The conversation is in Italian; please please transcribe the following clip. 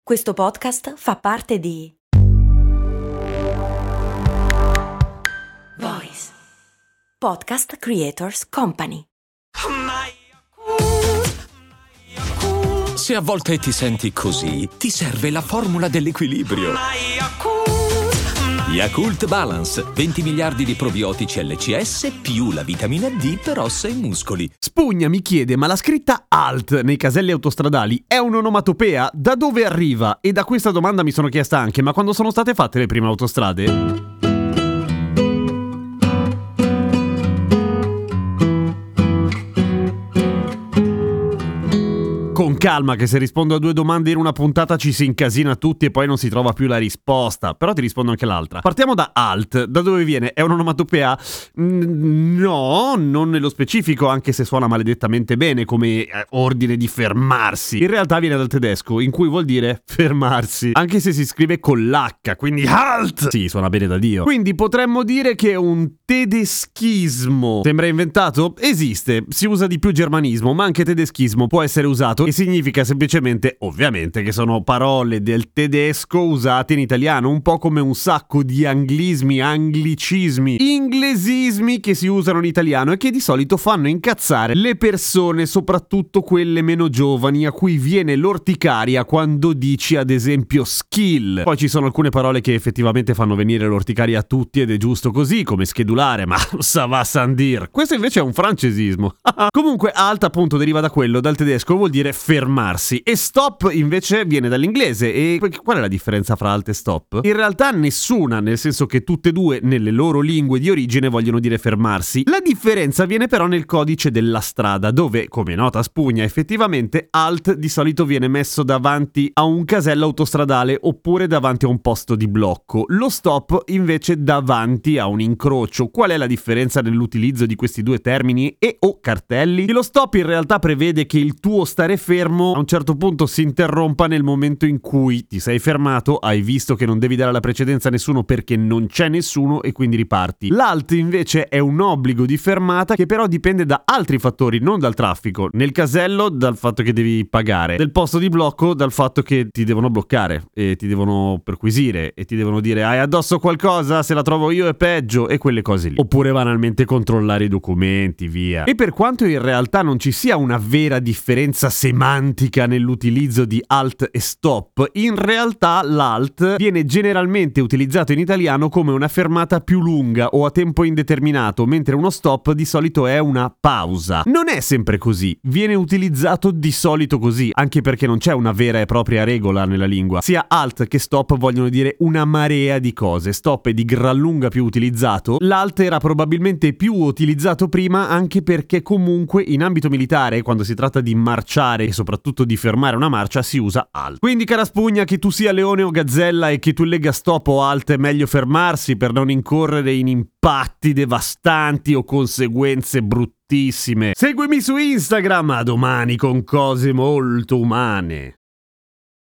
Questo podcast fa parte di Voice Podcast Creators Company. Se a volte ti senti così, ti serve la formula dell'equilibrio. Yakult Balance, 20 miliardi di probiotici LCS più la vitamina D per ossa e muscoli. Spugna mi chiede, ma la scritta ALT nei caselli autostradali è un'onomatopea? Da dove arriva? E da questa domanda mi sono chiesta anche, ma quando sono state fatte le prime autostrade? Con calma, che se rispondo a due domande in una puntata ci si incasina tutti e poi non si trova più la risposta. Però ti rispondo anche l'altra. Partiamo da ALT. Da dove viene? È un'onomatopea? No, non nello specifico, anche se suona maledettamente bene come ordine di fermarsi. In realtà viene dal tedesco, in cui vuol dire fermarsi, anche se si scrive con l'H, quindi HALT! Sì, suona bene da Dio. Quindi potremmo dire che è un tedeschismo. Sembra inventato? Esiste. Si usa di più germanismo, ma anche tedeschismo può essere usato. E significa semplicemente, ovviamente, che sono parole del tedesco usate in italiano, un po' come un sacco di anglismi, anglicismi, inglesismi che si usano in italiano e che di solito fanno incazzare le persone, soprattutto quelle meno giovani, a cui viene l'orticaria quando dici ad esempio skill. Poi ci sono alcune parole che effettivamente fanno venire l'orticaria a tutti ed è giusto così, come schedulare, ma ça va sans dire. Questo invece è un francesismo. Comunque alt appunto deriva da quello, dal tedesco, vuol dire fermarsi, e stop invece viene dall'inglese. E qual è la differenza fra alt e stop? In realtà nessuna, nel senso che tutte e due nelle loro lingue di origine vogliono dire fermarsi. La differenza viene però nel codice della strada, dove, come nota Spugna, effettivamente alt di solito viene messo davanti a un casello autostradale oppure davanti a un posto di blocco. Lo stop invece davanti a un incrocio. Qual è la differenza nell'utilizzo di questi due termini e o cartelli? Lo stop in realtà prevede che il tuo stare fermo a un certo punto si interrompa nel momento in cui ti sei fermato, hai visto che non devi dare la precedenza a nessuno perché non c'è nessuno e quindi riparti. L'alt invece è un obbligo di fermata che però dipende da altri fattori, non dal traffico. Nel casello dal fatto che devi pagare, del posto di blocco dal fatto che ti devono bloccare e ti devono perquisire e ti devono dire hai addosso qualcosa, se la trovo io è peggio, e quelle cose lì. Oppure banalmente controllare i documenti, via. E per quanto in realtà non ci sia una vera differenza semantica nell'utilizzo di alt e stop, in realtà l'alt viene generalmente utilizzato in italiano come una fermata più lunga o a tempo indeterminato, mentre uno stop di solito è una pausa. Non è sempre così, viene utilizzato di solito così, anche perché non c'è una vera e propria regola nella lingua. Sia alt che stop vogliono dire una marea di cose. Stop è di gran lunga più utilizzato, l'alt era probabilmente più utilizzato prima anche perché comunque in ambito militare, quando si tratta di marciare e soprattutto di fermare una marcia, si usa alt. Quindi cara Spugna, che tu sia leone o gazzella e che tu legga stop o alt, è meglio fermarsi per non incorrere in impatti devastanti o conseguenze bruttissime. Seguimi su Instagram, a domani con cose molto umane.